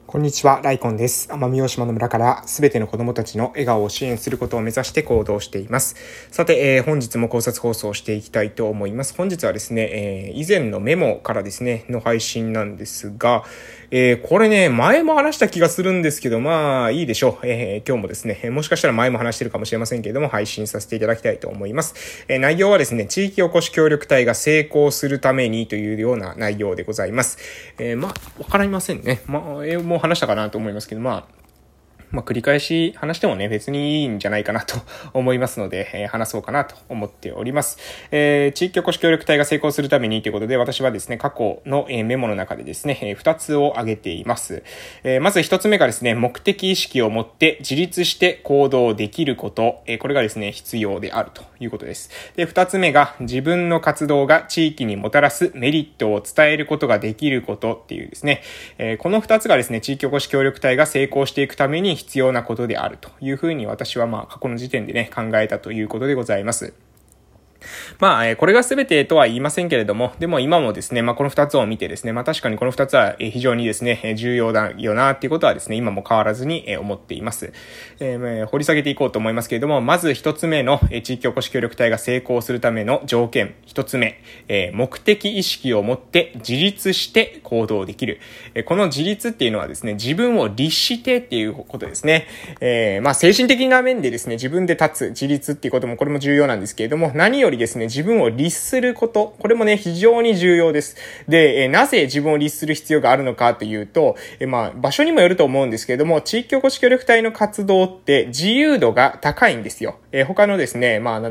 こんにちは、ライコンです。奄美大島の村からすべての子供たちの笑顔を支援することを目指して行動しています。さて、本日も考察放送をしていきたいと思います。本日はですね、以前のメモからですね、の配信なんですが、これね、前も話した気がするんですけど、まあいいでしょう。今日もですね、もしかしたら前も話してるかもしれませんけれども、配信させていただきたいと思います。内容はですね、地域おこし協力隊が成功するためにというような内容でございます。わかりませんね。もう話したかなと思いますけど、繰り返し話してもね、別にいいんじゃないかなと思いますので、話そうかなと思っております。地域おこし協力隊が成功するためにということで、私はですね、過去のメモの中でですね、2つを挙げています。まず1つ目がですね、目的意識を持って自立して行動できること、これがですね、必要であるということです。で、2つ目が自分の活動が地域にもたらすメリットを伝えることができることっていうですね、この2つがですね、地域おこし協力隊が成功していくために必要なことであるというふうに私は過去の時点でね考えたということでございます。これが全てとは言いませんけれども、でも今もですね、この2つを見てですね、確かにこの2つは非常にですね、重要だよなっていうことはですね、今も変わらずに思っています。掘り下げていこうと思いますけれども、まず1つ目の地域おこし協力隊が成功するための条件、1つ目、目的意識を持って自立して行動できる。この自立っていうのはですね、自分を律してっていうことですね。精神的な面でですね、自分で立つ、自立っていうこともこれも重要なんですけれども、何よりですね、自分を律すること、これもね、非常に重要です。で、なぜ自分を律する必要があるのかというと、場所にもよると思うんですけれども、地域おこし協力隊の活動って自由度が高いんですよ。他のですね、行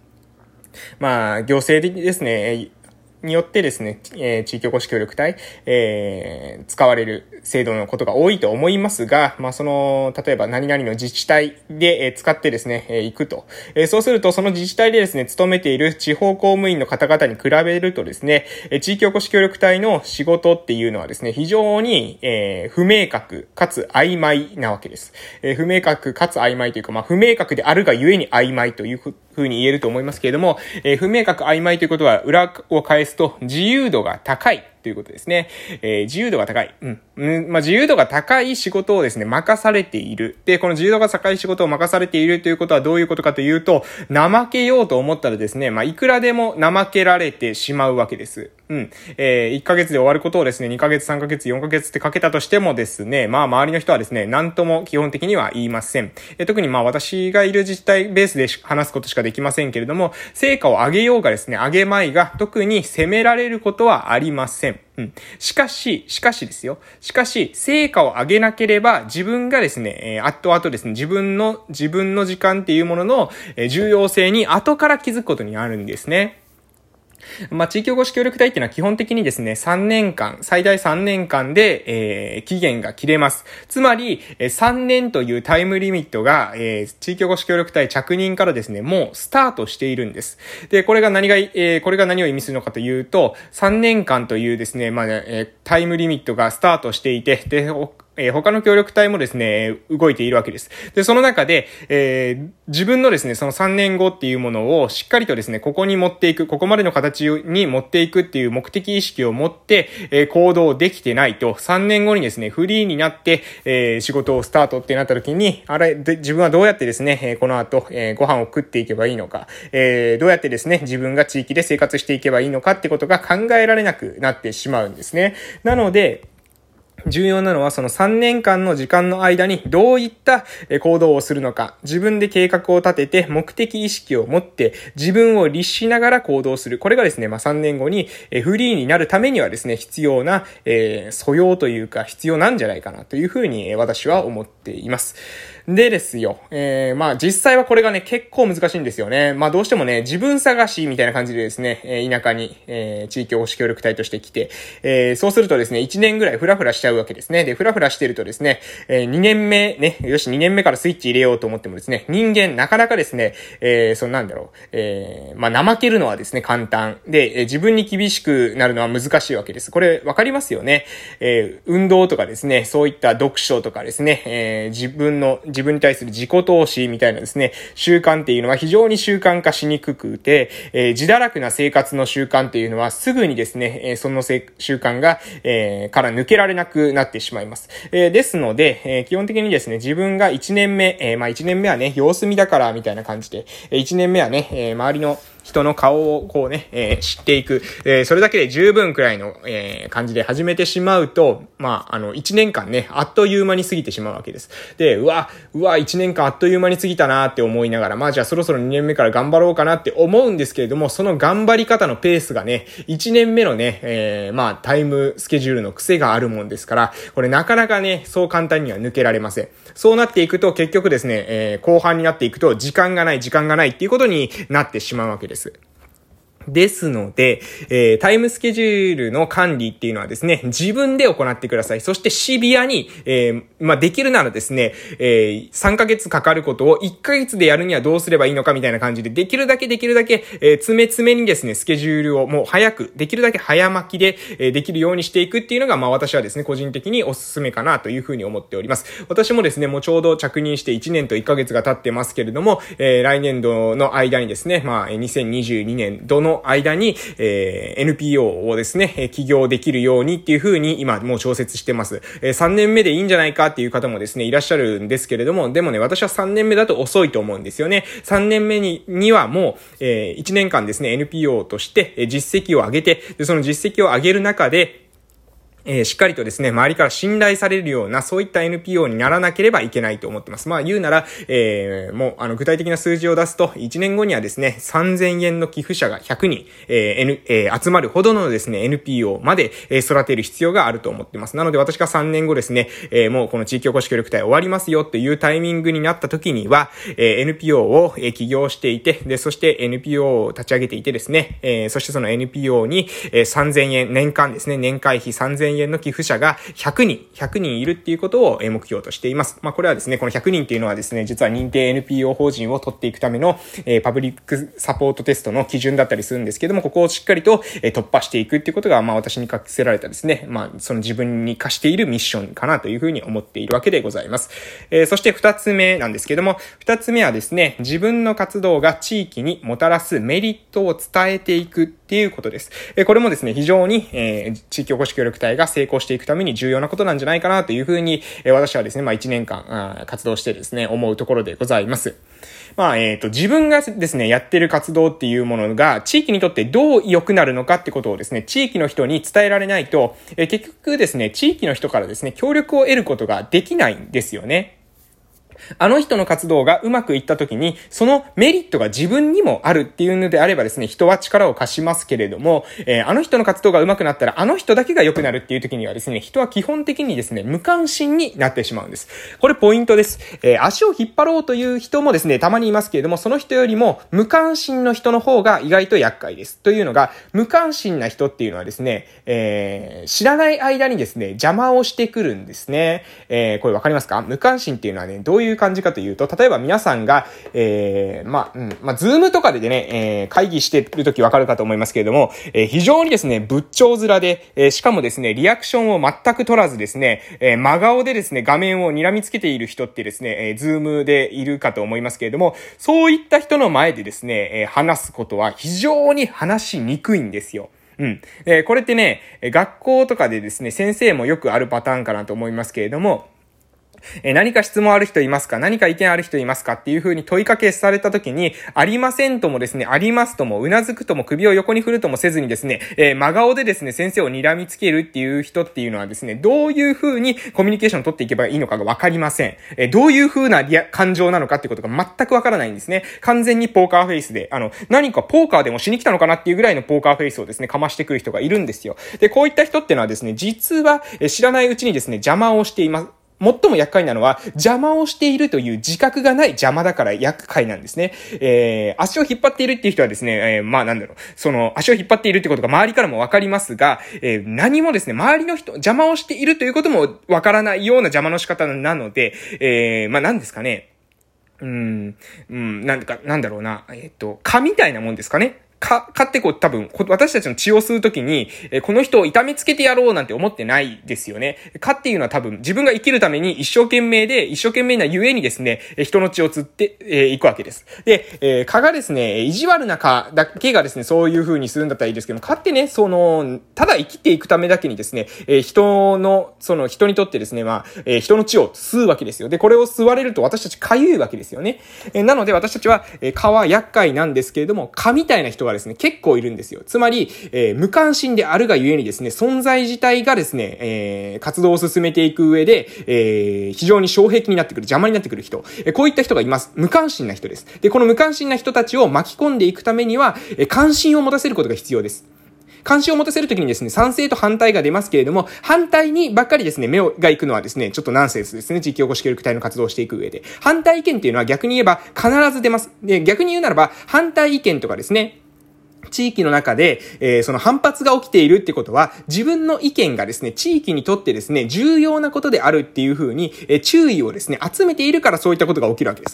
政的ですね、によってですね、地域おこし協力隊、使われる制度のことが多いと思いますが、例えば何々の自治体で、使ってですね、行くと。そうすると、その自治体でですね、勤めている地方公務員の方々に比べるとですね、地域おこし協力隊の仕事っていうのはですね、非常に、不明確かつ曖昧なわけです。不明確かつ曖昧というか、不明確であるがゆえに曖昧というふうに言えると思いますけれども、不明確曖昧ということは裏を返すと自由度が高いということですね。自由度が高い。自由度が高い仕事をですね、任されている。で、この自由度が高い仕事を任されているということはどういうことかというと、怠けようと思ったらですね、いくらでも怠けられてしまうわけです。1ヶ月で終わることをですね、2ヶ月、3ヶ月、4ヶ月ってかけたとしてもですね、周りの人はですね、何とも基本的には言いません。特に私がいる自治体ベースで話すことしかできませんけれども、成果を上げようがですね、上げまいが特に責められることはありません。しかしですよ。しかし、成果を上げなければ、自分がですね、後々ですね、自分の時間っていうものの重要性に後から気づくことになるんですね。地域おこし協力隊っていうのは基本的にですね、最大3年間で、期限が切れます。つまり、3年というタイムリミットが、地域おこし協力隊着任からですね、もうスタートしているんです。で、これが何を意味するのかというと、3年間というですね、タイムリミットがスタートしていて、で、他の協力隊もですね、動いているわけです。で、その中で、自分のですね、その3年後っていうものをしっかりとですね、ここまでの形に持っていくっていう目的意識を持って、行動できてないと、3年後にですね、フリーになって、仕事をスタートってなった時に、自分はどうやってですね、この後、ご飯を食っていけばいいのか、どうやってですね、自分が地域で生活していけばいいのかってことが考えられなくなってしまうんですね。なので、重要なのはその3年間の時間の間にどういった行動をするのか、自分で計画を立てて目的意識を持って自分を律しながら行動する。これがですね、3年後にフリーになるためにはですね、必要な素養というか必要なんじゃないかなというふうに私は思っています。でですよ、実際はこれがね、結構難しいんですよね。どうしてもね、自分探しみたいな感じでですね、田舎に、地域おこし協力隊として来て、そうするとですね、1年ぐらいフラフラしちゃうわけですね。で、フラフラしてるとですね、2年目ね、よし2年目からスイッチ入れようと思ってもですね、人間なかなかですね、怠けるのはですね、簡単。で、自分に厳しくなるのは難しいわけです。これ、わかりますよね。運動とかですね、そういった読書とかですね、自分に対する自己投資みたいなですね、習慣っていうのは非常に習慣化しにくくて、自堕落な生活の習慣っていうのはすぐにですね、その習慣が、から抜けられなくくなってしまいます。ですので、基本的にですね、自分が1年目、1年目はね、様子見だから、みたいな感じで、1年目はね、周りの人の顔をこうね、知っていく、それだけで十分くらいの、感じで始めてしまうと、1年間ね、あっという間に過ぎてしまうわけです。で、1年間あっという間に過ぎたなって思いながら、じゃあそろそろ2年目から頑張ろうかなって思うんですけれども、その頑張り方のペースがね、1年目のね、タイムスケジュールの癖があるもんですから、これなかなかね、そう簡単には抜けられません。そうなっていくと結局ですね、後半になっていくと時間がないっていうことになってしまうわけです。ですので、タイムスケジュールの管理っていうのはですね、自分で行ってください。そしてシビアに、できるならですね、3ヶ月かかることを1ヶ月でやるにはどうすればいいのかみたいな感じで、できるだけ、詰めにですね、スケジュールをもうできるだけ早巻きで、できるようにしていくっていうのが、私はですね、個人的におすすめかなというふうに思っております。私もですね、もうちょうど着任して1年と1ヶ月が経ってますけれども、来年度の間にですね、2022年度の間に、NPO をですね、起業できるようにっていう風に今もう調節してます。3年目でいいんじゃないかっていう方もですね、いらっしゃるんですけれども、でもね、私は3年目だと遅いと思うんですよね。3年目にはもう、1年間ですね、NPO として実績を上げて、で、その実績を上げる中で、しっかりとですね、周りから信頼されるような、そういった NPO にならなければいけないと思ってます。言うなら、もう、具体的な数字を出すと、1年後にはですね、3000円の寄付者が100人、集まるほどのですね、NPO まで、育てる必要があると思ってます。なので、私が3年後ですね、もうこの地域おこし協力隊終わりますよっていうタイミングになった時には、NPO を起業していて、で、そして NPO を立ち上げていてですね、そしてその NPO に、3000円、年間ですね、年会費3000円の寄付者が100人いるっていうことを目標としています。これはですね、この100人っていうのはですね、実は認定 NPO 法人を取っていくための、パブリックサポートテストの基準だったりするんですけども、ここをしっかりと、突破していくっていうことが、私に課せられたですね、その自分に課しているミッションかなというふうに思っているわけでございます。そして2つ目なんですけども、2つ目はですね、自分の活動が地域にもたらすメリットを伝えていくっていうことです。これもですね、非常に、地域おこし協力隊が成功していくために重要なことなんじゃないかなというふうに、私はですね、1年間活動してですね、思うところでございます。自分がですね、やってる活動っていうものが地域にとってどう良くなるのかってことをですね、地域の人に伝えられないと、結局ですね、地域の人からですね、協力を得ることができないんですよね。あの人の活動がうまくいった時に、そのメリットが自分にもあるっていうのであればですね、人は力を貸しますけれども、あの人の活動がうまくなったら、あの人だけが良くなるっていう時にはですね、人は基本的にですね、無関心になってしまうんです。これポイントです。足を引っ張ろうという人もですね、たまにいますけれども、その人よりも無関心の人の方が意外と厄介です。というのが、無関心な人っていうのはですね、知らない間にですね、邪魔をしてくるんですね。これわかりますか？無関心っていうのはね、どういう感じかというと、例えば皆さんが、ズームとかでね、会議してるときわかるかと思いますけれども、非常にですね、仏頂面で、しかもですね、リアクションを全く取らずですね、真顔でですね、画面を睨みつけている人ってですね、ズームでいるかと思いますけれども、そういった人の前でですね、話すことは非常に話しにくいんですよ。これってね、学校とかでですね、先生もよくあるパターンかなと思いますけれども、何か質問ある人いますか？何か意見ある人いますか？っていう風に問いかけされた時に、ありませんともですね、ありますとも、うなずくとも、首を横に振るともせずにですね、真顔でですね、先生を睨みつけるっていう人っていうのはですね、どういう風にコミュニケーションを取っていけばいいのかがわかりません。どういう風な感情なのかっていうことが全くわからないんですね。完全にポーカーフェイスで、何かポーカーでもしに来たのかなっていうぐらいのポーカーフェイスをですね、かましてくる人がいるんですよ。で、こういった人っていうのはですね、実は知らないうちにですね、邪魔をしています。最も厄介なのは、邪魔をしているという自覚がない邪魔だから厄介なんですね。足を引っ張っているっていう人はですね、その足を引っ張っているってことが周りからもわかりますが、何もですね、周りの人、邪魔をしているということもわからないような邪魔の仕方なので、何ですかね。なんだろうな、蚊みたいなもんですかね。 蚊って多分、私たちの血を吸うときに、この人を痛めつけてやろうなんて思ってないですよね。蚊っていうのは多分、自分が生きるために一生懸命なゆえにですね、人の血を吸って、いくわけです。で、蚊がですね、意地悪な蚊だけがですね、そういう風にするんだったらいいですけども、蚊ってね、ただ生きていくためだけにですね、人にとってですね、人の血を吸うわけですよ。で、これを吸われると私たちかゆいわけですよね。なので私たちは、蚊は厄介なんですけれども、蚊みたいな人がですね、結構いるんですよ。つまり、無関心であるがゆえにですね、存在自体がですね、活動を進めていく上で、非常に障壁になってくる、邪魔になってくる人、こういった人がいます。無関心な人です。で、この無関心な人たちを巻き込んでいくためには、関心を持たせることが必要です。関心を持たせるときにですね、賛成と反対が出ますけれども、反対にばっかりですね、目が行くのはですね、ちょっとナンセンスですね、地域おこし協力隊の活動をしていく上で。反対意見っていうのは逆に言えば必ず出ます。で、逆に言うならば、反対意見とかですね、地域の中で、その反発が起きているってことは、自分の意見がですね、地域にとってですね、重要なことであるっていう風に、注意をですね、集めているからそういったことが起きるわけです。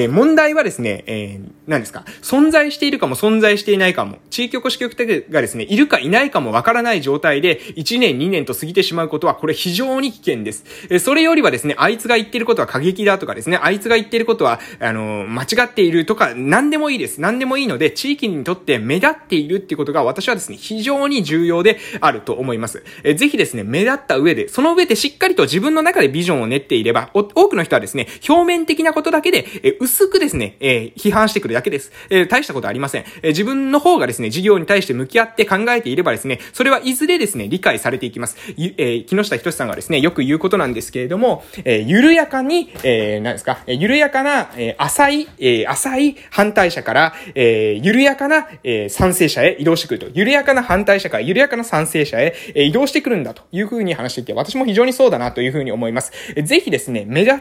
問題はですね、何ですか、存在しているかも存在していないかも、地域おこし協力隊がですね、いるかいないかもわからない状態で、1年2年と過ぎてしまうことは、これ非常に危険です。それよりはですね、あいつが言ってることは過激だとかですね、あいつが言ってることは、間違っているとか、何でもいいです。何でもいいので、地域にとって目立っているっていうことが私はですね、非常に重要であると思います。ぜひですね、目立った上で、その上でしっかりと自分の中でビジョンを練っていれば、多くの人はですね、表面的なことだけで、薄くですね、批判してくるだけです。大したことありません。自分の方がですね、事業に対して向き合って考えていればですね、それはいずれですね、理解されていきます。木下仁さんがですね、よく言うことなんですけれども、緩やかに、何ですか、緩やかな、浅い反対者から、緩やかな、賛成者へ移動してくると。緩やかな反対者から緩やかな賛成者へ、移動してくるんだというふうに話していて、私も非常にそうだなというふうに思います。ぜひですね、目立って、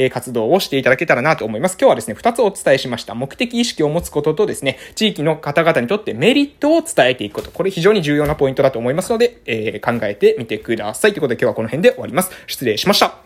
活動をしていただけたらなと思います。今日はですね、2つお伝えしました。目的意識を持つこととですね、地域の方々にとってメリットを伝えていくこと。これ非常に重要なポイントだと思いますので、考えてみてください。ということで今日はこの辺で終わります。失礼しました。